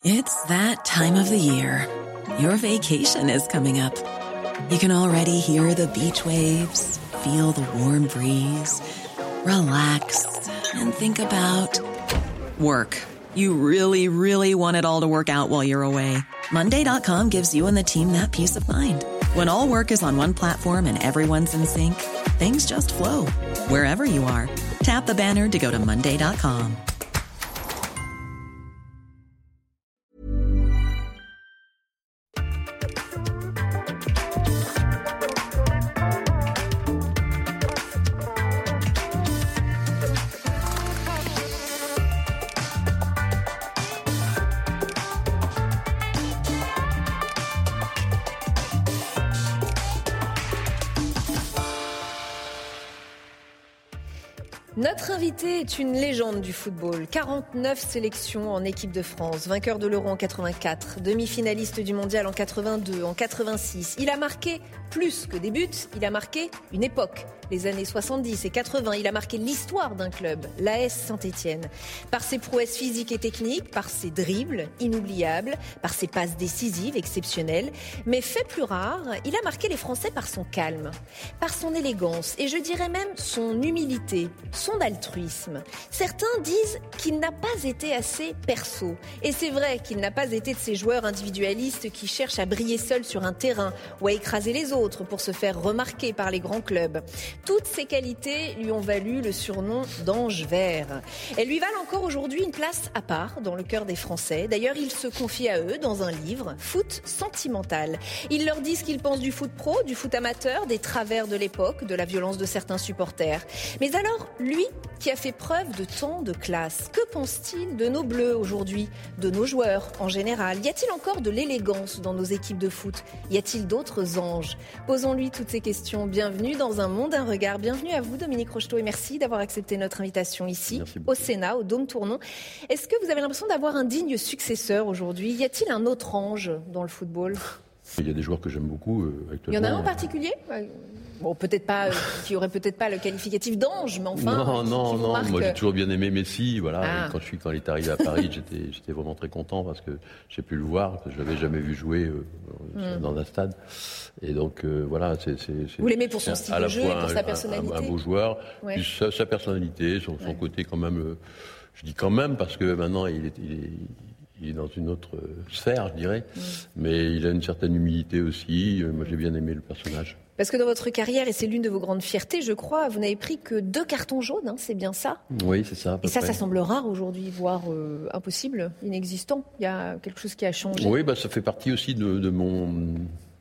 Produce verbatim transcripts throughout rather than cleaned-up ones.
It's that time of the year. Your vacation is coming up. You can already hear the beach waves, feel the warm breeze, relax, and think about work. You really, really want it all to work out while you're away. Monday dot com gives you and the team that peace of mind. When all work is on one platform and everyone's in sync, things just flow. Wherever you are, tap the banner to go to Monday dot com. Notre invité est une légende du football. quarante-neuf sélections en équipe de France, vainqueur de l'Euro en quatre-vingt-quatre, demi-finaliste du Mondial en quatre-vingt-deux, en quatre-vingt-six. Il a marqué plus que des buts, il a marqué une époque, les années soixante-dix et quatre-vingts. Il a marqué l'histoire d'un club, l'A S Saint-Étienne. Par ses prouesses physiques et techniques, par ses dribbles inoubliables, par ses passes décisives exceptionnelles. Mais fait plus rare, il a marqué les Français par son calme, par son élégance et je dirais même son humilité, son altruisme. Certains disent qu'il n'a pas été assez perso. Et c'est vrai qu'il n'a pas été de ces joueurs individualistes qui cherchent à briller seuls sur un terrain ou à écraser les autres pour se faire remarquer par les grands clubs. Toutes ces qualités lui ont valu le surnom d'Ange Vert. Elles lui valent encore aujourd'hui une place à part dans le cœur des Français. D'ailleurs, il se confie à eux dans un livre, Foot Sentimental. Il leur dit ce qu'ils pensent du foot pro, du foot amateur, des travers de l'époque, de la violence de certains supporters. Mais alors, lui, qui a fait preuve de tant de classe, que pense-t-il de nos Bleus aujourd'hui, de nos joueurs en général? Y a-t-il encore de l'élégance dans nos équipes de foot? Y a-t-il d'autres anges? Posons-lui toutes ces questions. Bienvenue dans Un Monde, un regard. Bienvenue à vous, Dominique Rocheteau, et merci d'avoir accepté notre invitation ici, au Sénat, au Dôme Tournon. Est-ce que vous avez l'impression d'avoir un digne successeur aujourd'hui? Y a-t-il un autre ange dans le football? Il y a des joueurs que j'aime beaucoup euh, actuellement. Il y en a un en particulier? Bon, peut-être pas, euh, qui aurait peut-être pas le qualificatif d'ange, mais enfin. Non, qui, non, qui non. marque... Moi, j'ai toujours bien aimé Messi. Voilà. Ah. Quand je suis, quand il est arrivé à Paris, j'étais, j'étais vraiment très content parce que j'ai pu le voir, parce que je l'avais jamais vu jouer euh, mm. dans un stade. Et donc, euh, voilà, c'est, c'est, c'est. Vous l'aimez pour son style de jeu et pour un, sa personnalité. Un, un beau joueur, ouais. puis sa, sa personnalité, son, son ouais. côté quand même. Euh, je dis quand même parce que maintenant, il est. Il est Il est dans une autre sphère, je dirais, mmh. mais il a une certaine humilité aussi. Moi, j'ai bien aimé le personnage. Parce que dans votre carrière, et c'est l'une de vos grandes fiertés, je crois, vous n'avez pris que deux cartons jaunes, hein, c'est bien ça? Oui, c'est ça. Et ça, près. ça semble rare aujourd'hui, voire euh, impossible, inexistant. Il y a quelque chose qui a changé. Oui, bah, ça fait partie aussi de, de mon...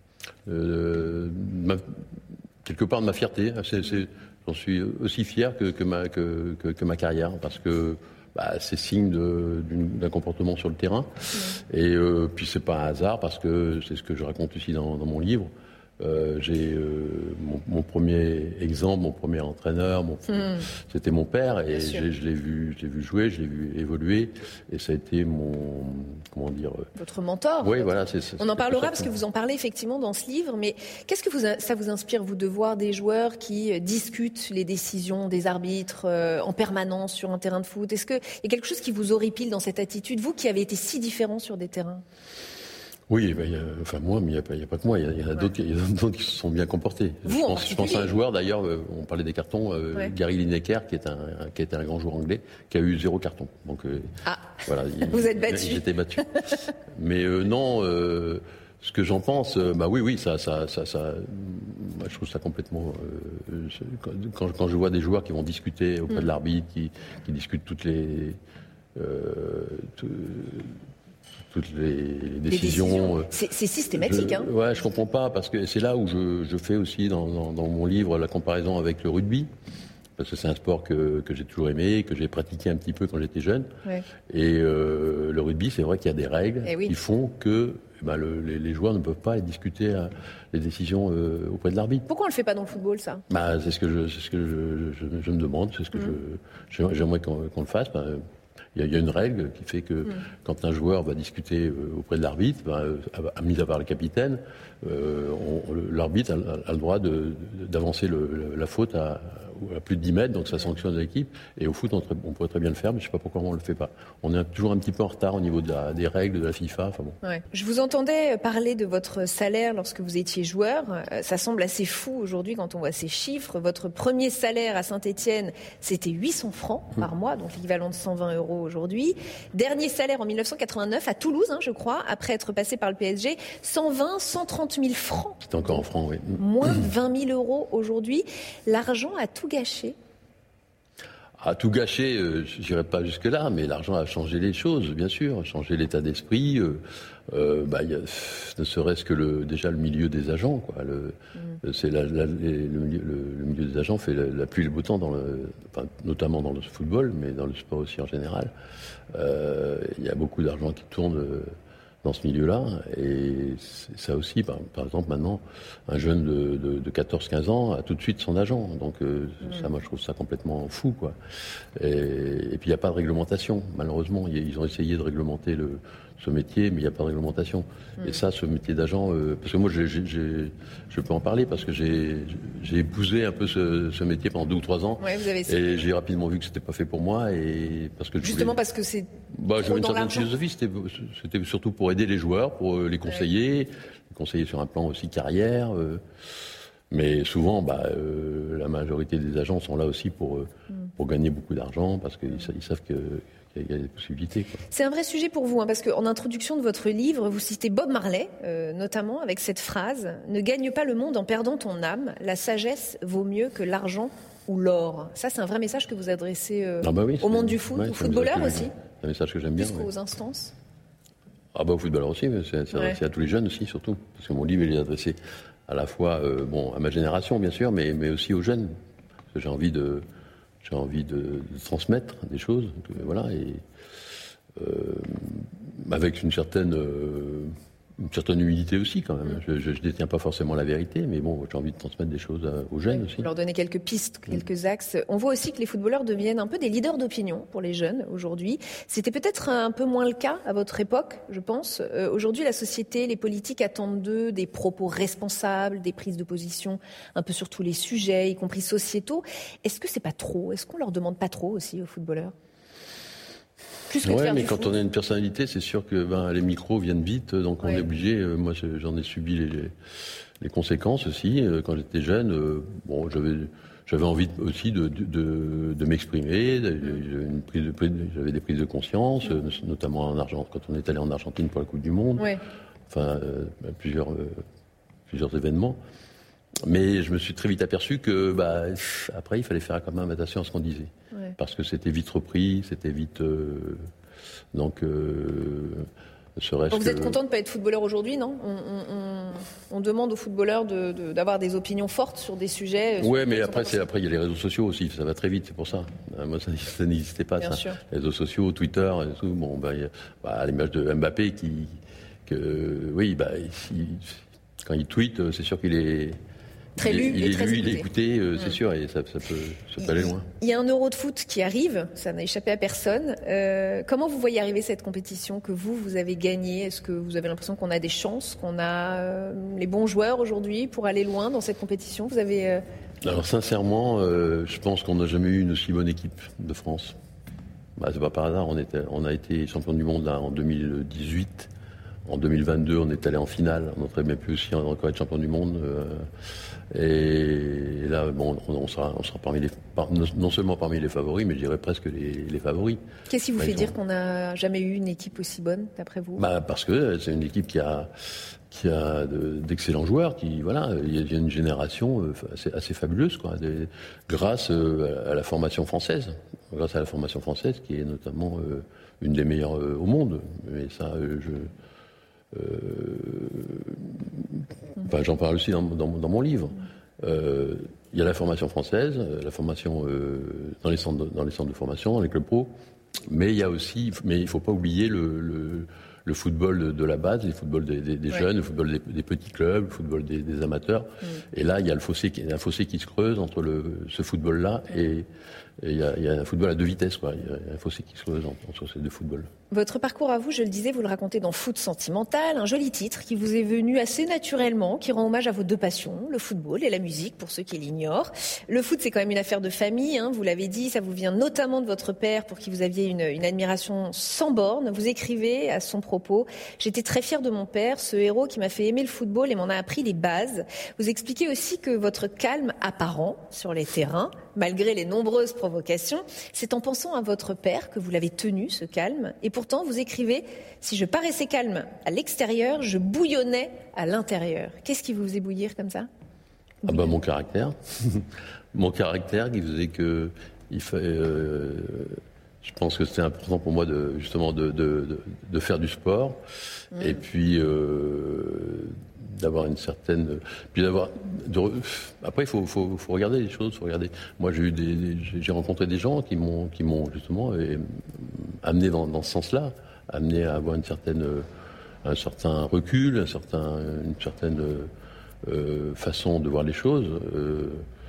Euh, ma, quelque part de ma fierté. C'est, c'est, j'en suis aussi fier que, que, ma, que, que, que ma carrière, parce que bah, c'est signe de, d'un comportement sur le terrain. Mmh. Et euh, puis c'est pas un hasard, parce que c'est ce que je raconte aussi dans, dans mon livre. Euh, j'ai euh, mon, mon premier exemple, mon premier entraîneur, mon, mmh. c'était mon père, et j'ai, je l'ai vu, je l'ai vu jouer, je l'ai vu évoluer, et ça a été mon, comment dire, votre mentor. Oui, voilà. C'est, c'est, On en parlera parce que vous en parlez effectivement dans ce livre. Mais qu'est-ce que vous, ça vous inspire, vous, de voir des joueurs qui discutent les décisions des arbitres euh, en permanence sur un terrain de foot? Est-ce qu'il y a quelque chose qui vous horripile dans cette attitude, vous qui avez été si différent sur des terrains? Oui, ben, y a, enfin moi, mais il n'y a, a pas que moi, il y, y en a, ouais. d'autres, y a d'autres qui se sont bien comportés. Vous, je, pense, je pense à un joueur, d'ailleurs, euh, on parlait des cartons, euh, ouais. Gary Lineker, qui est un, qui était un grand joueur anglais, qui a eu zéro carton. Donc euh, ah. voilà, il, vous êtes battu. J'étais battu. Mais euh, non, euh, ce que j'en pense, euh, bah oui, oui, ça, ça, ça, ça moi, je trouve ça complètement. Euh, quand, quand je vois des joueurs qui vont discuter auprès mm. de l'arbitre, qui, qui discutent toutes les. Euh, tout, toutes les, les décisions. décisions. C'est, c'est systématique, je, hein. Ouais, je comprends pas, parce que c'est là où je, je fais aussi dans, dans, dans mon livre la comparaison avec le rugby, parce que c'est un sport que, que j'ai toujours aimé, que j'ai pratiqué un petit peu quand j'étais jeune. Ouais. Et euh, le rugby, c'est vrai qu'il y a des règles oui. qui font que ben, le, les, les joueurs ne peuvent pas discuter euh, les décisions euh, auprès de l'arbitre. Pourquoi on le fait pas dans le football, ça? Bah, c'est ce que je, c'est ce que je, je, je me demande, c'est ce que mmh. je, j'aimerais qu'on, qu'on le fasse. Ben, Il y a une règle qui fait que mmh. quand un joueur va discuter euh, auprès de l'arbitre, ben, à, mis à part le capitaine, euh, on, l'arbitre a, a le droit de, d'avancer le, la faute à, à plus de dix mètres, donc ça sanctionne l'équipe. Et au foot, on, on pourrait très bien le faire, mais je ne sais pas pourquoi on ne le fait pas. On est toujours un petit peu en retard au niveau de la, des règles de la FIFA. Enfin bon. Ouais. Je vous entendais parler de votre salaire lorsque vous étiez joueur. Ça semble assez fou aujourd'hui quand on voit ces chiffres. Votre premier salaire à Saint-Étienne, c'était huit cents francs par mois, donc l'équivalent de cent vingt euros aujourd'hui. Dernier salaire en mille neuf cent quatre-vingt-neuf à Toulouse, hein, je crois, après être passé par le P S G, cent vingt, cent trente mille francs. C'était encore en francs, oui. Moins de vingt mille euros aujourd'hui. L'argent a tout gâché. A tout gâché, euh, je n'irai pas jusque-là, mais l'argent a changé les choses, bien sûr, changé l'état d'esprit. Euh, euh, bah, y a, ne serait-ce que le, déjà le milieu des agents, quoi. Le, mm. c'est la, la, les, le, milieu, le, le milieu des agents fait la, la pluie et le beau temps, dans le, enfin, notamment dans le football, mais dans le sport aussi en général. Il euh, y a beaucoup d'argent qui tourne euh, dans ce milieu-là, et ça aussi, par, par exemple, maintenant, un jeune de, de, de quatorze quinze ans a tout de suite son agent, donc euh, mmh. ça, moi, je trouve ça complètement fou, quoi. Et, et puis, il n'y a pas de réglementation, malheureusement. Ils ont essayé de réglementer le, ce métier, mais il n'y a pas de réglementation. Mmh. Et ça, ce métier d'agent, euh, parce que moi, j'ai, j'ai, j'ai, je peux en parler, parce que j'ai, j'ai épousé un peu ce, ce métier pendant deux ou trois ans, ouais, vous avez et j'ai rapidement vu que c'était pas fait pour moi, et parce que je justement voulais... parce que c'est bah, trop j'avais une dans certaine l'argent. philosophie, c'était, c'était surtout pour aider les joueurs, pour les conseiller, ouais. les conseiller sur un plan aussi carrière, euh, mais souvent, bah, euh, la majorité des agents sont là aussi pour, euh, mm. pour gagner beaucoup d'argent, parce qu'ils ils savent que il y a des possibilités, quoi. C'est un vrai sujet pour vous, hein, parce qu'en introduction de votre livre, vous citez Bob Marley, euh, notamment avec cette phrase « Ne gagne pas le monde en perdant ton âme, la sagesse vaut mieux que l'argent ou l'or ». Ça, c'est un vrai message que vous adressez euh, ah bah oui, au monde du foot, ouais, aux footballeurs aussi. C'est un message que j'aime bien. Plus qu'aux ouais. instances. Ah bah aux footballeurs aussi, mais c'est, c'est ouais. adressé à tous les jeunes aussi, surtout. Parce que mon livre, il est adressé à la fois euh, bon, à ma génération, bien sûr, mais, mais aussi aux jeunes. Parce que j'ai envie de, j'ai envie de, de transmettre des choses. Donc, voilà, et euh, avec une certaine, euh, une certaine humilité aussi, quand même. Je ne détiens pas forcément la vérité, mais bon, j'ai envie de transmettre des choses à, aux jeunes ouais, aussi. Leur donner quelques pistes, quelques axes. On voit aussi que les footballeurs deviennent un peu des leaders d'opinion pour les jeunes aujourd'hui. C'était peut-être un peu moins le cas à votre époque, je pense. Euh, aujourd'hui, la société, les politiques attendent d'eux des propos responsables, des prises de position un peu sur tous les sujets, y compris sociétaux. Est-ce que c'est pas trop ? Est-ce qu'on leur demande pas trop aussi aux footballeurs ? Plus que ouais, mais quand foot. on a une personnalité, c'est sûr que ben, les micros viennent vite, donc ouais. on est obligé. Euh, moi, j'en ai subi les, les, les conséquences aussi. Euh, quand j'étais jeune, euh, bon, j'avais, j'avais envie aussi de, de, de, de m'exprimer. Une prise de, j'avais des prises de conscience, euh, notamment en Argentine, quand on est allé en Argentine pour la Coupe du Monde. Ouais. Enfin, euh, plusieurs, euh, plusieurs événements. Mais je me suis très vite aperçu que, bah, après, il fallait faire quand même attention à ce qu'on disait. Ouais. Parce que c'était vite repris, c'était vite. Euh, donc, euh, serait-ce donc, vous que... êtes content de ne pas être footballeur aujourd'hui, non on, on, on, on demande aux footballeurs de, de, d'avoir des opinions fortes sur des sujets. Oui, mais après, c'est, après, il y a les réseaux sociaux aussi, ça va très vite, c'est pour ça. Moi, ça, ça n'existait pas, Bien ça. Sûr. Les réseaux sociaux, Twitter, et tout. Bon, bah, y a, bah, à l'image de Mbappé, qui. Que, oui, bah, il, quand il tweet, c'est sûr qu'il est. Très lu, il est, et très lu, écouté. il est écouté, euh, c'est mmh. sûr, et ça, ça, peut, ça peut aller loin. Il y a un Euro de foot qui arrive, ça n'a échappé à personne. Euh, comment vous voyez arriver cette compétition que vous, vous avez gagnée ? Est-ce que vous avez l'impression qu'on a des chances, qu'on a euh, les bons joueurs aujourd'hui pour aller loin dans cette compétition ? Vous avez euh... Alors sincèrement, euh, je pense qu'on n'a jamais eu une aussi bonne équipe de France. Bah, c'est pas par hasard, on, était, on a été champion du monde là, en deux mille dix-huit. En deux mille vingt-deux, on est allé en finale. On aurait même pu aussi encore être champion du monde. Euh, et là, bon, on sera, on sera parmi les, par, non seulement parmi les favoris, mais je dirais presque les, les favoris. Qu'est-ce qui vous bah, fait sont... dire qu'on n'a jamais eu une équipe aussi bonne, d'après vous ? Bah, parce que c'est une équipe qui a, qui a de, d'excellents joueurs. Qui, voilà, il y a une génération assez, assez fabuleuse, quoi, des, grâce à la formation française. Grâce à la formation française, qui est notamment euh, une des meilleures euh, au monde. Mais ça, euh, je... Euh, enfin, j'en parle aussi dans, dans, dans mon livre. Euh, il y a la formation française, la formation euh, dans, les centres de, dans les centres de formation, dans les clubs pro, mais il y a aussi, mais il ne faut pas oublier le, le, le football de, de la base, le football des, des, des ouais. jeunes, le football des, des petits clubs, le football des, des amateurs. Mmh. Et là, il y a le fossé, il y a un fossé qui se creuse entre le, ce football-là mmh. et il y, y a un football à deux vitesses, quoi. Il y a un fossé qui se creuse entre ces deux footballs. Votre parcours à vous, je le disais, vous le racontez dans Foot Sentimental, un joli titre qui vous est venu assez naturellement, qui rend hommage à vos deux passions, le football et la musique, pour ceux qui l'ignorent. Le foot, c'est quand même une affaire de famille, hein, vous l'avez dit, ça vous vient notamment de votre père, pour qui vous aviez une, une admiration sans borne. Vous écrivez à son propos « J'étais très fière de mon père, ce héros qui m'a fait aimer le football et m'en a appris les bases ». Vous expliquez aussi que votre calme apparent sur les terrains, malgré les nombreuses provocations, c'est en pensant à votre père que vous l'avez tenu, ce calme. Et pourtant, vous écrivez « Si je paraissais calme à l'extérieur, je bouillonnais à l'intérieur ». Qu'est-ce qui vous faisait bouillir comme ça ? Ah bah mon caractère. Mon caractère qui faisait que... Il fallait, euh, je pense que c'était important pour moi de, justement de, de, de, de faire du sport. Mmh. Et puis... Euh, d'avoir une certaine, puis d'avoir. De, après, il faut, faut, faut regarder les choses, faut regarder. Moi, j'ai eu des, j'ai rencontré des gens qui m'ont, qui m'ont justement et, amené dans, dans ce sens-là, amené à avoir une certaine, un certain recul, un certain, une certaine euh, façon de voir les choses. Euh,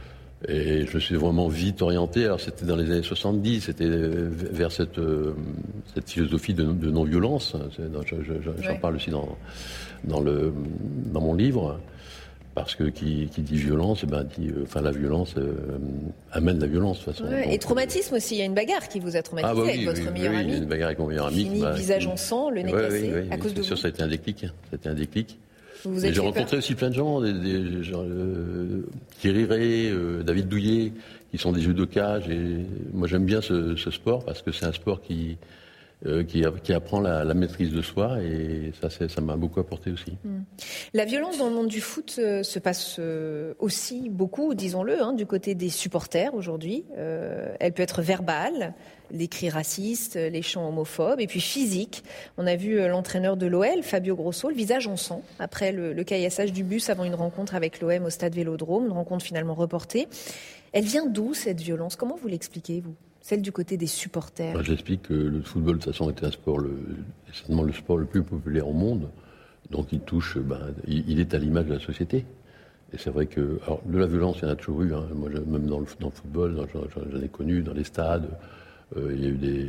et je me suis vraiment vite orienté. Alors, c'était dans les années soixante-dix, c'était vers cette, euh, cette philosophie de, de non-violence. Je, je, je, j'en ouais. parle aussi dans. Dans, le, dans mon livre, parce que qui, qui dit violence, eh ben, dit, euh, enfin, la violence euh, amène la violence de toute façon. Ouais, donc, et traumatisme euh... aussi, il y a une bagarre qui vous a traumatisé ah bah oui, avec votre oui, meilleur oui, ami. Il y a une bagarre avec mon meilleur ami. Fini, bah, visage qui... en sang, le nez ouais, cassé, oui, oui, à cause de sûr, vous. Ça a été un déclic. Ça a été un déclic. Vous vous et j'ai rencontré peur. aussi plein de gens, des, des, genre, euh, Thierry Ray, euh, David Douillet, qui sont des judokas. Et moi, j'aime bien ce, ce sport parce que c'est un sport qui... Euh, qui, qui apprend la, la maîtrise de soi et ça, c'est, ça m'a beaucoup apporté aussi. Mmh. La violence dans le monde du foot euh, se passe euh, aussi beaucoup, disons-le, hein, du côté des supporters aujourd'hui. Euh, elle peut être verbale, les cris racistes, les chants homophobes, et puis physique. On a vu euh, l'entraîneur de l'O L, Fabio Grosso, le visage en sang, après le, le caillassage du bus avant une rencontre avec l'O M au stade Vélodrome, une rencontre finalement reportée. Elle vient d'où cette violence ? Comment vous l'expliquez, vous ? Celle du côté des supporters. Bah, j'explique que le football, de toute façon, était un sport, le, certainement le sport le plus populaire au monde. Donc il touche, ben, il, il est à l'image de la société. Et c'est vrai que, alors, de la violence, il y en a toujours eu. Hein. Moi, je, même dans le, dans le football, dans, j'en, j'en ai connu, dans les stades. Euh, il y a eu des,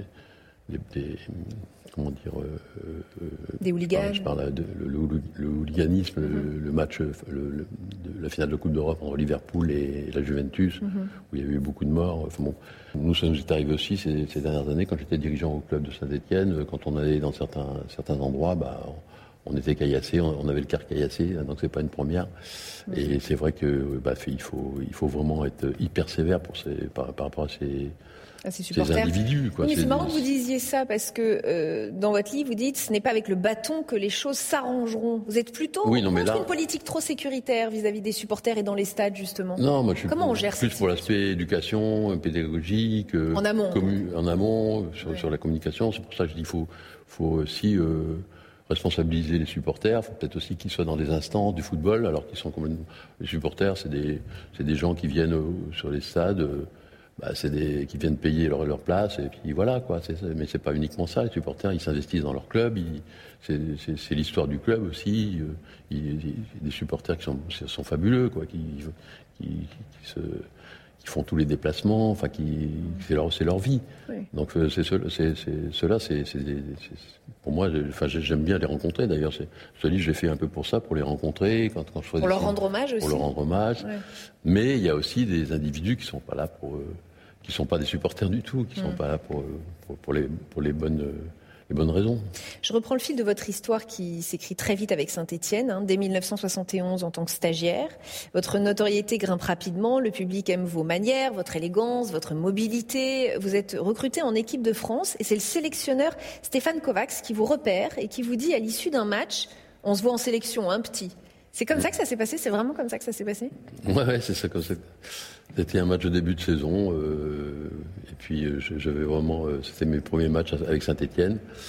des, des comment dire, euh, des hooligans. Je parle, je parle de le, le, le hooliganisme, mm-hmm. le, le match, le, le, de la finale de Coupe d'Europe entre Liverpool et la Juventus, mm-hmm. où il y a eu beaucoup de morts. Enfin bon, nous, ça nous est arrivé aussi ces, ces dernières années quand j'étais dirigeant au club de Saint-Étienne. Quand on allait dans certains certains endroits, bah, on, on était caillassé, on, on avait le quart caillassé, donc c'est pas une première. Mm-hmm. Et c'est vrai que bah, il faut il faut vraiment être hyper sévère pour ces, par, par rapport à ces à ces supporters. Ces individus, quoi. Oui, mais c'est, c'est marrant des... que vous disiez ça parce que euh, dans votre livre, vous dites ce n'est pas avec le bâton que les choses s'arrangeront. Vous êtes plutôt oui, non, contre là... une politique trop sécuritaire vis-à-vis des supporters et dans les stades, justement. Non, moi je suis Comment plus, on gère plus pour l'aspect éducation, pédagogique, en amont, commu... en amont sur, ouais. sur la communication. C'est pour ça que je dis qu'il faut, faut aussi euh, responsabiliser les supporters. Il faut peut-être aussi qu'ils soient dans des instances du football, alors qu'ils sont complètement... Les supporters, c'est des, c'est des gens qui viennent euh, sur les stades. Euh, Bah, c'est des qui viennent payer leur, leur place et puis voilà quoi. C'est, mais c'est pas uniquement ça. Les supporters, ils s'investissent dans leur club. Ils, c'est, c'est, c'est l'histoire du club aussi. Il, il, des supporters qui sont, sont fabuleux quoi, qui, qui, qui, se, qui font tous les déplacements. Enfin, qui c'est leur c'est leur vie. Oui. Donc c'est, c'est, c'est, c'est ceux-là, c'est, c'est, c'est pour moi. Enfin, j'aime bien les rencontrer. D'ailleurs, c'est, ce livre, je l'ai fait un peu pour ça, pour les rencontrer quand quand je choisis. Pour leur rendre hommage aussi. Pour leur rendre hommage. Ouais. Mais il y a aussi des individus qui sont pas là pour euh, qui sont pas des supporters du tout, qui sont mmh. pas là pour, pour, pour, les, pour les, bonnes, les bonnes raisons. Je reprends le fil de votre histoire qui s'écrit très vite avec Saint-Étienne, hein, dès dix-neuf cent soixante et onze en tant que stagiaire. Votre notoriété grimpe rapidement, le public aime vos manières, votre élégance, votre mobilité. Vous êtes recruté en équipe de France et c'est le sélectionneur Stéphane Kovacs qui vous repère et qui vous dit à l'issue d'un match, on se voit en sélection, un petit. C'est comme ça que ça s'est passé ? C'est vraiment comme ça que ça s'est passé ? Ouais, ouais, c'est ça comme ça. C'était un match de début de saison, euh, et puis euh, j'avais vraiment, euh, c'était mes premiers matchs avec Saint-Étienne,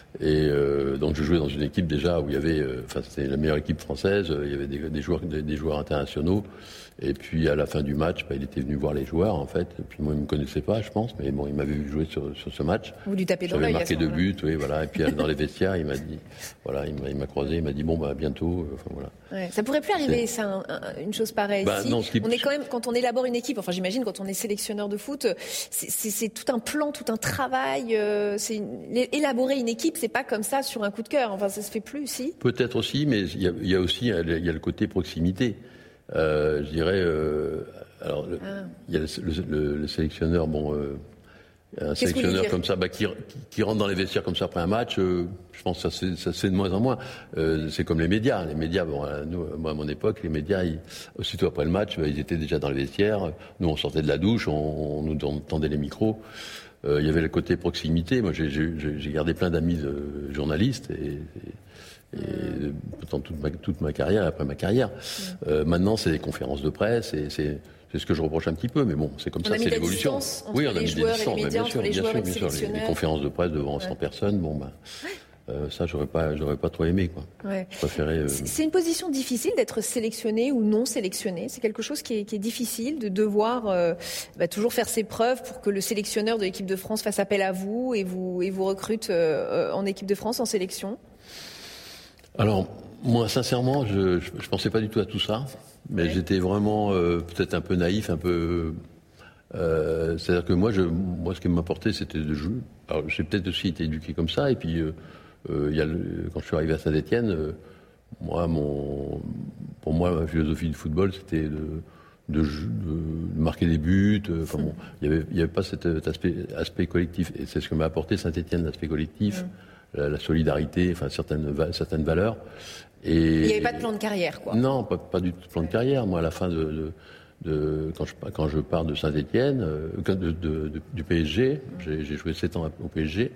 Et euh, donc je jouais dans une équipe déjà où il y avait, enfin euh, c'était la meilleure équipe française, il y avait des, des joueurs, des, des joueurs internationaux. Et puis à la fin du match, bah, il était venu voir les joueurs en fait. Et puis moi il me connaissait pas, je pense, mais bon il m'avait vu jouer sur, sur ce match. Vous lui tapez dans l'œil. J'avais marqué deux buts, oui voilà. Et puis dans les vestiaires, il m'a dit, voilà, il m'a, il m'a croisé, il m'a dit bon bah bientôt. Euh, enfin voilà. Ouais, ça pourrait plus arriver, c'est... ça, un, un, une chose pareille. Bah, si non, qui... On est quand même, quand on élabore une équipe, enfin j'imagine quand on est sélectionneur de foot, c'est, c'est, c'est tout un plan, tout un travail. Euh, c'est une... élaborer une équipe, c'est pas comme ça sur un coup de cœur. Enfin ça se fait plus, si. Peut-être aussi, mais il y a, il y a aussi il y a le côté proximité. Euh, je dirais, euh, alors le, ah. il y a le, le, le sélectionneur, bon, euh, un Qu'est-ce sélectionneur comme ça, bah, qui, qui rentre dans les vestiaires comme ça après un match, euh, je pense que ça c'est, ça c'est de moins en moins. Euh, c'est comme les médias, les médias, bon, nous, moi à mon époque, les médias, ils, aussitôt après le match, bah, ils étaient déjà dans les vestiaires. Nous, on sortait de la douche, on, on nous tendait les micros. Euh, il y avait le côté proximité. Moi, j'ai, j'ai, j'ai gardé plein d'amis de journalistes et, et Et pendant toute ma, toute ma carrière, après ma carrière. Euh, maintenant, c'est des conférences de presse, et c'est, c'est ce que je reproche un petit peu, mais bon, c'est comme on ça, c'est l'évolution. Oui, on a mis des distances, bien sûr, bien sûr, bien sûr. Les, les conférences de presse devant ouais. cent personnes, bon, bah, ouais. euh, ça, j'aurais pas, j'aurais pas trop aimé, quoi. Ouais. Je préférais. Euh... C'est, c'est une position difficile d'être sélectionné ou non sélectionné. C'est quelque chose qui est, qui est difficile de devoir euh, bah, toujours faire ses preuves pour que le sélectionneur de l'équipe de France fasse appel à vous et vous et vous recrute euh, en équipe de France en sélection. Alors, moi, sincèrement, je, je, je pensais pas du tout à tout ça, mais ouais. j'étais vraiment euh, peut-être un peu naïf, un peu. Euh, c'est-à-dire que moi, je, moi, ce qui m'importait, c'était de jouer. Alors, j'ai peut-être aussi été éduqué comme ça, et puis, euh, euh, y a le, quand je suis arrivé à Saint-Étienne, euh, moi, mon, pour moi, ma philosophie de football, c'était de, de, de marquer des buts. Enfin bon, il y avait, il y avait pas cet aspect, aspect collectif, et c'est ce que m'a apporté Saint-Étienne, l'aspect collectif. Mmh. La, la solidarité, enfin certaines, certaines valeurs. Et il n'y avait pas de plan de carrière, quoi. Non, pas, pas du tout de plan de carrière. Moi, à la fin de, de, de quand je quand je pars de Saint-Étienne, euh, de, de, de, du P S G, j'ai, j'ai joué sept ans au P S G,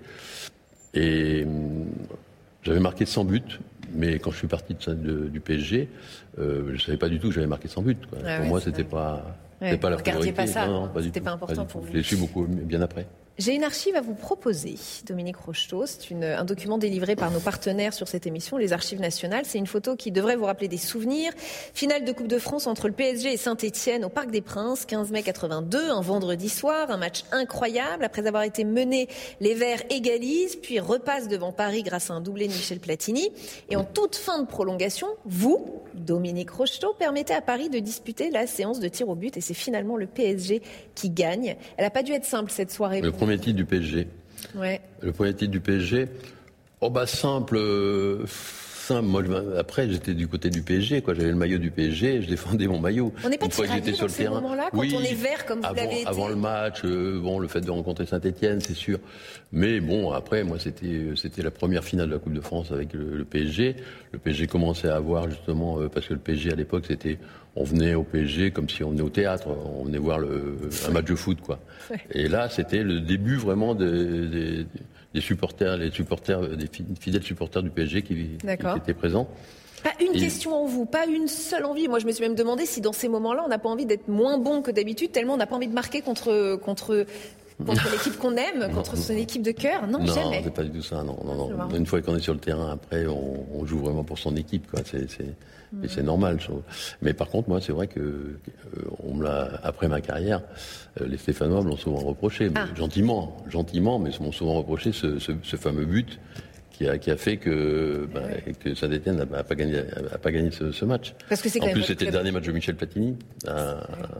et euh, j'avais marqué cent buts. Mais quand je suis parti de, de, du P S G, euh, je savais pas du tout que j'avais marqué cent buts, quoi. Ah pour ouais, moi, c'était pas, ouais, c'était pas la priorité. Pas ça. Non, non, pas c'était du pas tout, important pas pour vous. Je l'ai su beaucoup bien après. J'ai une archive à vous proposer, Dominique Rocheteau. C'est une, un document délivré par nos partenaires sur cette émission, les Archives nationales. C'est une photo qui devrait vous rappeler des souvenirs. Finale de Coupe de France entre le P S G et Saint-Étienne au Parc des Princes, quinze mai quatre-vingt-deux, un vendredi soir. Un match incroyable. Après avoir été mené, les Verts égalisent, puis repassent devant Paris grâce à un doublé de Michel Platini. Et en toute fin de prolongation, vous, Dominique Rocheteau, permettez à Paris de disputer la séance de tir au but. Et c'est finalement le P S G qui gagne. Elle n'a pas dû être simple, cette soirée. Le premier titre du P S G. Ouais. Le premier titre du P S G. Oh bah simple, euh, simple. Moi, je, après, j'étais du côté du P S G, quoi. J'avais le maillot du P S G, je défendais mon maillot. On n'est pas tiraillé dans sur le ces terrain. moments-là, quand oui, on est vert comme vous avant, l'avez été. Avant le match, euh, bon, le fait de rencontrer Saint-Étienne, c'est sûr. Mais bon, après, moi, c'était c'était la première finale de la Coupe de France avec le, le P S G. Le P S G commençait à avoir justement, euh, parce que le P S G à l'époque, c'était, on venait au P S G comme si on venait au théâtre, on venait voir le, un match de foot, quoi. Ouais. Et là, c'était le début vraiment des, des, des supporters, les supporters, des fidèles supporters du P S G qui, qui étaient présents. Pas une et... question en vous, pas une seule envie. Moi, je me suis même demandé si dans ces moments-là, on n'a pas envie d'être moins bon que d'habitude, tellement on n'a pas envie de marquer contre contre contre l'équipe qu'on aime, contre non, son équipe de cœur. Non, non jamais. Non, c'est pas du tout ça. Non, non, non. Une fois qu'on est sur le terrain, après, on, on joue vraiment pour son équipe, quoi. C'est, c'est, mmh. et c'est normal. Mais par contre, moi, c'est vrai que euh, on me l'a, après ma carrière, euh, les Stéphanois me l'ont souvent reproché, mais ah. gentiment, gentiment, mais m'ont souvent reproché ce, ce, ce fameux but. Qui a, qui a fait que, bah, que Saint-Étienne n'a pas gagné, a pas gagné ce, ce match. Parce que c'est quand en même plus, c'était club. le dernier match de Michel Platini. À,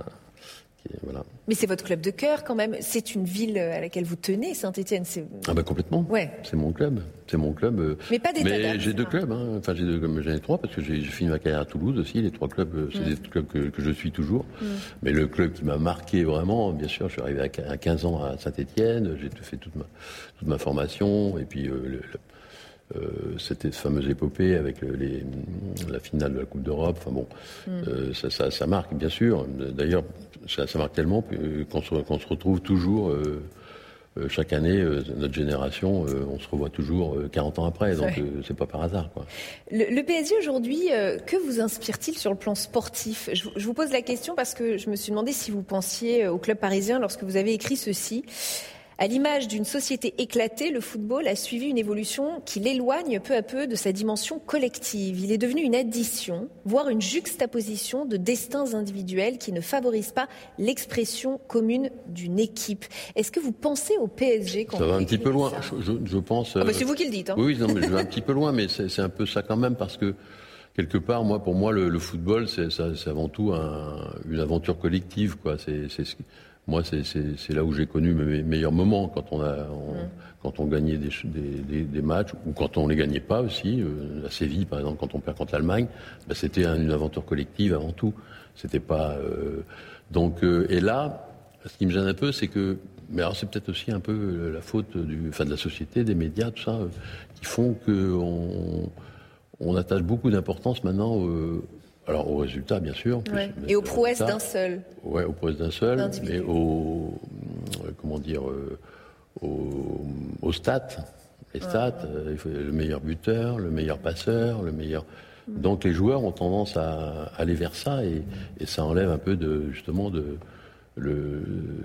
qui, voilà. Mais c'est votre club de cœur quand même. C'est une ville à laquelle vous tenez, Saint-Étienne. C'est... Ah bah complètement. Ouais. C'est mon club. C'est mon club. Mais pas d'état d'âme. Mais j'ai deux clubs. Hein. Enfin, j'ai deux, j'en ai trois parce que j'ai, j'ai fini ma carrière à Toulouse aussi. Les trois clubs, c'est mm. des clubs que, que je suis toujours. Mm. Mais le club qui m'a marqué vraiment, bien sûr, je suis arrivé à quinze ans à Saint-Étienne. J'ai fait toute ma, toute ma formation et puis euh, le, le Euh, c'était cette fameuse épopée avec les, la finale de la Coupe d'Europe. Enfin bon, mm. euh, ça, ça, ça marque bien sûr. D'ailleurs, ça, ça marque tellement qu'on se, qu'on se retrouve toujours euh, euh, chaque année. Euh, notre génération, euh, on se revoit toujours euh, quarante ans après. Donc ouais. euh, c'est pas par hasard, quoi. Le, le P S G aujourd'hui, euh, que vous inspire-t-il sur le plan sportif ? je, je vous pose la question parce que je me suis demandé si vous pensiez au club parisien lorsque vous avez écrit ceci. À l'image d'une société éclatée, le football a suivi une évolution qui l'éloigne peu à peu de sa dimension collective. Il est devenu une addition, voire une juxtaposition de destins individuels qui ne favorisent pas l'expression commune d'une équipe. Est-ce que vous pensez au P S G quand ça vous va un petit peu loin, ça je, je pense. Ah bah c'est vous qui le dites. Hein. Oui, non, mais je vais un petit peu loin, mais c'est, c'est un peu ça quand même, parce que quelque part, moi, pour moi, le, le football, c'est, ça, c'est avant tout un, une aventure collective, quoi. C'est, c'est ce qui... Moi, c'est, c'est, c'est là où j'ai connu mes meilleurs moments, quand on, a, on, mmh. quand on gagnait des, des, des matchs, ou quand on les gagnait pas aussi. Euh, à Séville, par exemple, quand on perd contre l'Allemagne, bah, c'était une aventure collective avant tout. C'était pas... Euh... Donc, euh, et là, ce qui me gêne un peu, c'est que... Mais alors, c'est peut-être aussi un peu la faute du, enfin, de la société, des médias, tout ça, euh, qui font qu'on on attache beaucoup d'importance maintenant... Euh, Alors, aux résultats, bien sûr. Ouais. Et aux prouesses d'un seul. Oui, aux prouesses d'un seul. Mais au, euh, comment dire, euh, aux, aux stats. Les stats, ouais, ouais. Euh, il faut le meilleur buteur, le meilleur passeur, le meilleur... Mmh. Donc, les joueurs ont tendance à aller vers ça et, et ça enlève un peu de, justement, de... Le,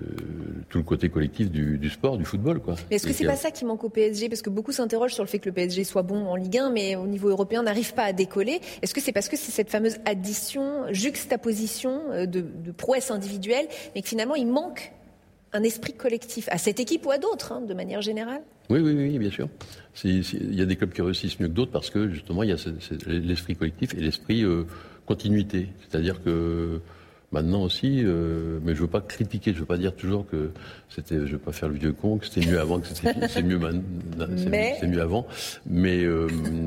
tout le côté collectif du, du sport, du football, quoi. Mais est-ce que c'est pas ça qui manque au P S G ? Parce que beaucoup s'interrogent sur le fait que le P S G soit bon en Ligue un, mais au niveau européen n'arrive pas à décoller. Est-ce que c'est parce que c'est cette fameuse addition, juxtaposition de, de prouesses individuelles, mais que finalement il manque un esprit collectif à cette équipe ou à d'autres, hein, de manière générale ? Oui, oui, oui, bien sûr. Il y a des clubs qui réussissent mieux que d'autres parce que justement il y a ce, c'est l'esprit collectif et l'esprit euh, continuité. C'est-à-dire que maintenant aussi, euh, mais je veux pas critiquer, je veux pas dire toujours que c'était, je veux pas faire le vieux con, que c'était mieux avant, que c'était, c'est mieux maintenant, c'est, mais... c'est mieux avant. Mais euh,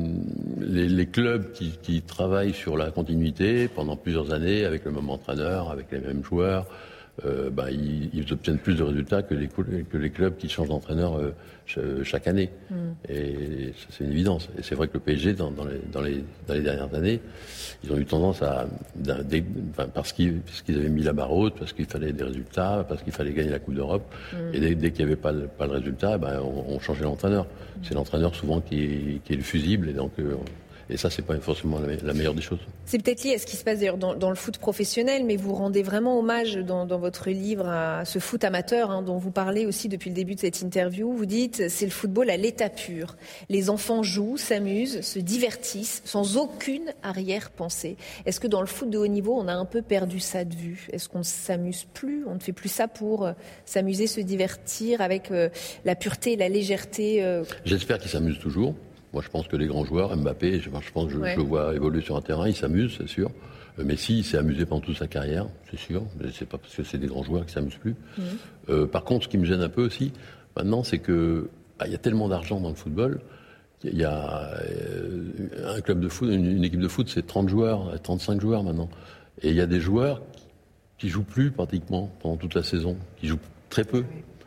les, les clubs qui, qui travaillent sur la continuité pendant plusieurs années avec le même entraîneur, avec les mêmes joueurs, euh, bah, ils, ils obtiennent plus de résultats que les, que les clubs qui changent d'entraîneur euh, chaque année. Mm. Et ça, c'est une évidence. Et c'est vrai que le P S G, dans, dans, les, dans, les, dans les dernières années, ils ont eu tendance à, dès, enfin, parce, qu'ils, parce qu'ils avaient mis la barre haute, parce qu'il fallait des résultats, parce qu'il fallait gagner la Coupe d'Europe. Mm. Et dès, dès qu'il n'y avait pas le, pas le résultat, ben, on, on changeait l'entraîneur. Mm. C'est l'entraîneur souvent qui est, qui est le fusible. Et donc, euh, Et ça, c'est pas forcément la, la meilleure des choses. C'est peut-être lié à ce qui se passe d'ailleurs dans, dans le foot professionnel, mais vous rendez vraiment hommage dans, dans votre livre à ce foot amateur, hein, dont vous parlez aussi depuis le début de cette interview. Vous dites, c'est le football à l'état pur. Les enfants jouent, s'amusent, se divertissent, sans aucune arrière-pensée. Est-ce que dans le foot de haut niveau, on a un peu perdu ça de vue ? Est-ce qu'on ne s'amuse plus ? On ne fait plus ça pour euh, s'amuser, se divertir avec euh, la pureté et la légèreté euh... J'espère qu'ils s'amusent toujours. Moi, je pense que les grands joueurs, Mbappé, je, je pense que je, ouais. je le vois évoluer sur un terrain, il s'amuse, c'est sûr. Messi, il s'est amusé pendant toute sa carrière, c'est sûr. Mais c'est pas parce que c'est des grands joueurs qui s'amusent plus. Mmh. Euh, par contre, ce qui me gêne un peu aussi, maintenant, c'est que ah, y a tellement d'argent dans le football. Il y a euh, un club de foot, une, une équipe de foot, c'est trente joueurs, trente-cinq joueurs maintenant. Et il y a des joueurs qui, qui jouent plus pratiquement pendant toute la saison, qui jouent très peu.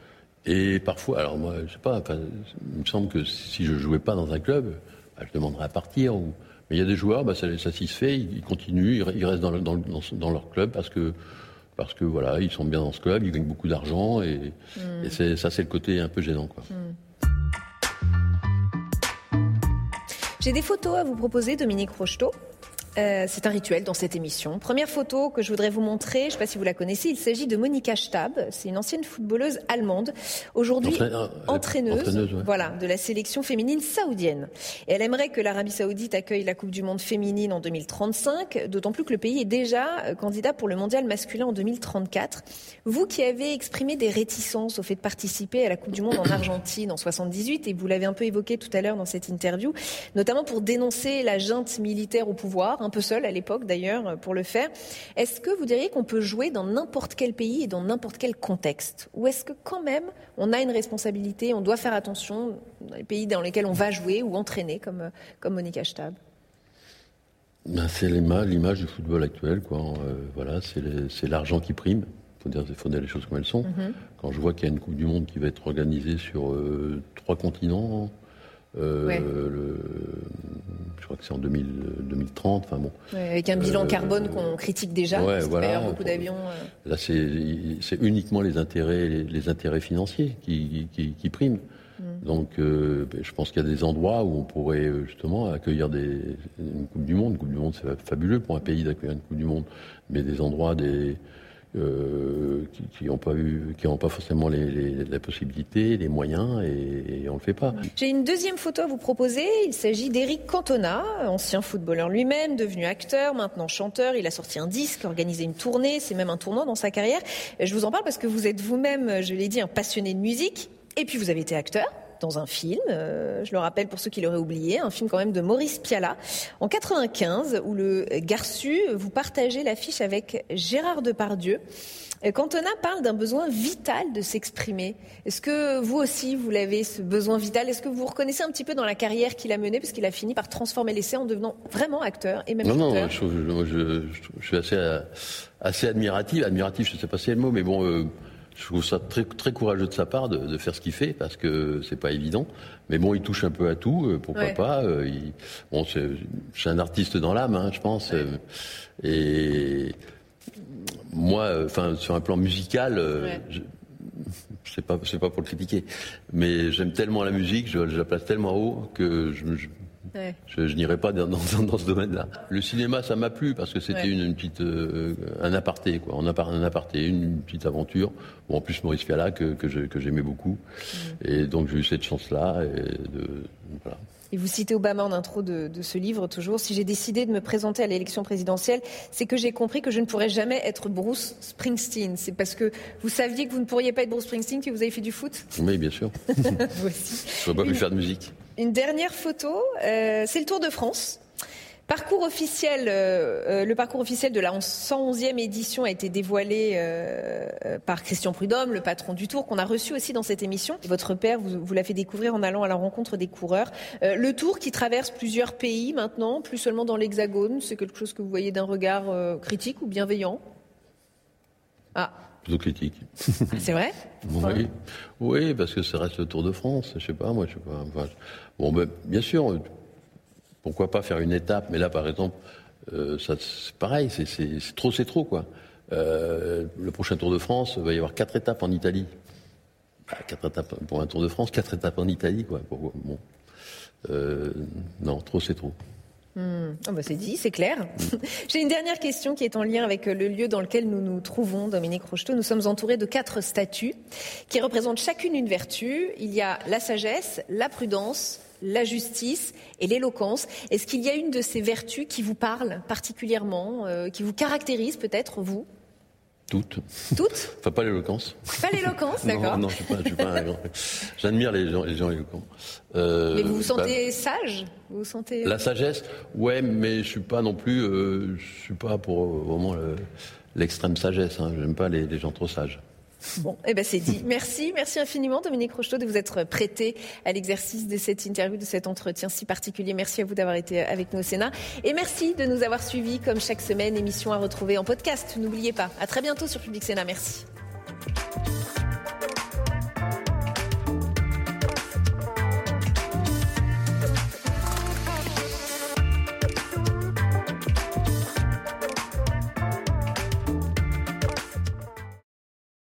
Et parfois, alors moi, je sais pas, enfin, il me semble que si je jouais pas dans un club, bah, je demanderais à partir. Ou... Mais il y a des joueurs, bah, ça les satisfait, ils, ils continuent, ils, ils restent dans, le, dans, dans, dans leur club parce que, parce que voilà, ils sont bien dans ce club, ils gagnent beaucoup d'argent et, mmh. et c'est, ça, c'est le côté un peu gênant, quoi. Mmh. J'ai des photos à vous proposer, Dominique Rocheteau. Euh, c'est un rituel dans cette émission. Première photo que je voudrais vous montrer, je ne sais pas si vous la connaissez, il s'agit de Monika Stab. C'est une ancienne footballeuse allemande, aujourd'hui Entraîne, euh, entraîneuse, entraîneuse ouais. voilà, de la sélection féminine saoudienne. Et elle aimerait que l'Arabie Saoudite accueille la Coupe du Monde féminine en deux mille trente-cinq, d'autant plus que le pays est déjà candidat pour le mondial masculin en deux mille trente-quatre. Vous qui avez exprimé des réticences au fait de participer à la Coupe du Monde en Argentine en soixante-dix-huit, et vous l'avez un peu évoqué tout à l'heure dans cette interview, notamment pour dénoncer la junte militaire au pouvoir, un peu seul à l'époque d'ailleurs pour le faire. Est-ce que vous diriez qu'on peut jouer dans n'importe quel pays et dans n'importe quel contexte ? Ou est-ce que quand même on a une responsabilité, on doit faire attention dans les pays dans lesquels on va jouer ou entraîner comme, comme Monika Stab ? Ben, c'est l'image, l'image du football actuel, quoi. Euh, voilà, c'est, les, c'est l'argent qui prime. Il faut dire, faut dire les choses comme elles sont. Mm-hmm. Quand je vois qu'il y a une Coupe du Monde qui va être organisée sur euh, trois continents, Euh, ouais. le, je crois que c'est en deux mille, deux mille trente. Enfin bon. Ouais, avec un bilan euh, carbone qu'on critique déjà, ouais, parce voilà, beaucoup d'avions. Euh... Là, c'est, c'est uniquement les intérêts, les, les intérêts financiers qui, qui, qui priment. Mm. Donc, euh, je pense qu'il y a des endroits où on pourrait justement accueillir des, une Coupe du Monde. Une Coupe du Monde, c'est fabuleux pour un pays d'accueillir une Coupe du Monde, mais des endroits, des euh, qui n'ont pas eu, qui n'ont pas forcément les, les, la possibilité, les moyens, et, et on le fait pas. J'ai une deuxième photo à vous proposer. Il s'agit d'Éric Cantona, ancien footballeur lui-même, devenu acteur, maintenant chanteur. Il a sorti un disque, organisé une tournée. C'est même un tournant dans sa carrière. Je vous en parle parce que vous êtes vous-même, je l'ai dit, un passionné de musique. Et puis vous avez été acteur dans un film, euh, je le rappelle pour ceux qui l'auraient oublié, un film quand même de Maurice Pialat, en quatre-vingt-quinze, où le Garçu, vous partagez l'affiche avec Gérard Depardieu. Cantona parle d'un besoin vital de s'exprimer. Est-ce que vous aussi, vous l'avez, ce besoin vital? Est-ce que vous vous reconnaissez un petit peu dans la carrière qu'il a menée, parce qu'il a fini par transformer l'essai en devenant vraiment acteur et même non, chanteur? Non, je, je, je, je suis assez, assez admiratif. Admiratif, je ne sais pas si c'est le mot, mais bon... Euh, je trouve ça très, très courageux de sa part de, de faire ce qu'il fait, parce que c'est pas évident. Mais bon, il touche un peu à tout, pourquoi ouais. pas. Il, bon, c'est, c'est un artiste dans l'âme, hein, je pense. Ouais. Et moi, enfin, sur un plan musical, ouais. je, c'est pas, c'est pas pour le critiquer, mais j'aime tellement la musique, je, je la place tellement haut que je, je Ouais. Je, je n'irai pas dans, dans, dans ce domaine-là. Le cinéma, ça m'a plu parce que c'était ouais. une, une petite, euh, un aparté, quoi. Un aparté, une, une petite aventure. Bon, en plus Maurice Pialat que, que, je, que j'aimais beaucoup, mmh. et donc j'ai eu cette chance-là. Et, de, voilà. Et vous citez Obama en intro de, de ce livre toujours. Si j'ai décidé de me présenter à l'élection présidentielle, c'est que j'ai compris que je ne pourrais jamais être Bruce Springsteen. C'est parce que vous saviez que vous ne pourriez pas être Bruce Springsteen que vous avez fait du foot? Oui, bien sûr. Vous aussi. Je ne pourrais pas plus faire de musique. Une dernière photo, euh, c'est le Tour de France. Parcours officiel, euh, le parcours officiel de la cent onzième édition a été dévoilé euh, par Christian Prudhomme, le patron du Tour, qu'on a reçu aussi dans cette émission. Votre père vous, vous l'a fait découvrir en allant à la rencontre des coureurs. Euh, le Tour qui traverse plusieurs pays maintenant, plus seulement dans l'Hexagone, c'est quelque chose que vous voyez d'un regard euh, critique ou bienveillant? Ah. Plutôt critique. C'est vrai? Oui, ouais. Oui, parce que ça reste le Tour de France. Je sais pas, moi, je sais pas. Enfin, bon, ben, bien sûr, pourquoi pas faire une étape? Mais là, par exemple, euh, ça, c'est pareil, c'est, c'est, c'est trop, c'est trop, quoi. Euh, le prochain Tour de France, il va y avoir quatre étapes en Italie. Bah, quatre étapes pour un Tour de France, quatre étapes en Italie, quoi. Pour, bon, euh, non, trop, c'est trop. Mmh. Oh bah c'est dit, c'est clair. Mmh. J'ai une dernière question qui est en lien avec le lieu dans lequel nous nous trouvons, Dominique Rocheteau. Nous sommes entourés de quatre statues qui représentent chacune une vertu. Il y a la sagesse, la prudence, la justice et l'éloquence. Est-ce qu'il y a une de ces vertus qui vous parle particulièrement, euh, qui vous caractérise peut-être, vous? Toutes. Toutes? Enfin, pas l'éloquence. Pas l'éloquence, d'accord. Non, non, je suis pas, je suis pas un grand... J'admire les gens, les gens éloquents. Euh, mais vous vous sentez bah, sage? Vous vous sentez... La sagesse, ouais, mais je suis pas non plus, euh, je suis pas pour euh, vraiment le, l'extrême sagesse. Hein. J'aime pas les, les gens trop sages. Bon, eh ben c'est dit. Merci, merci infiniment Dominique Rocheteau de vous être prêté à l'exercice de cette interview, de cet entretien si particulier. Merci à vous d'avoir été avec nous au Sénat. Et merci de nous avoir suivis comme chaque semaine. Émission à retrouver en podcast. N'oubliez pas. À très bientôt sur Public Sénat. Merci.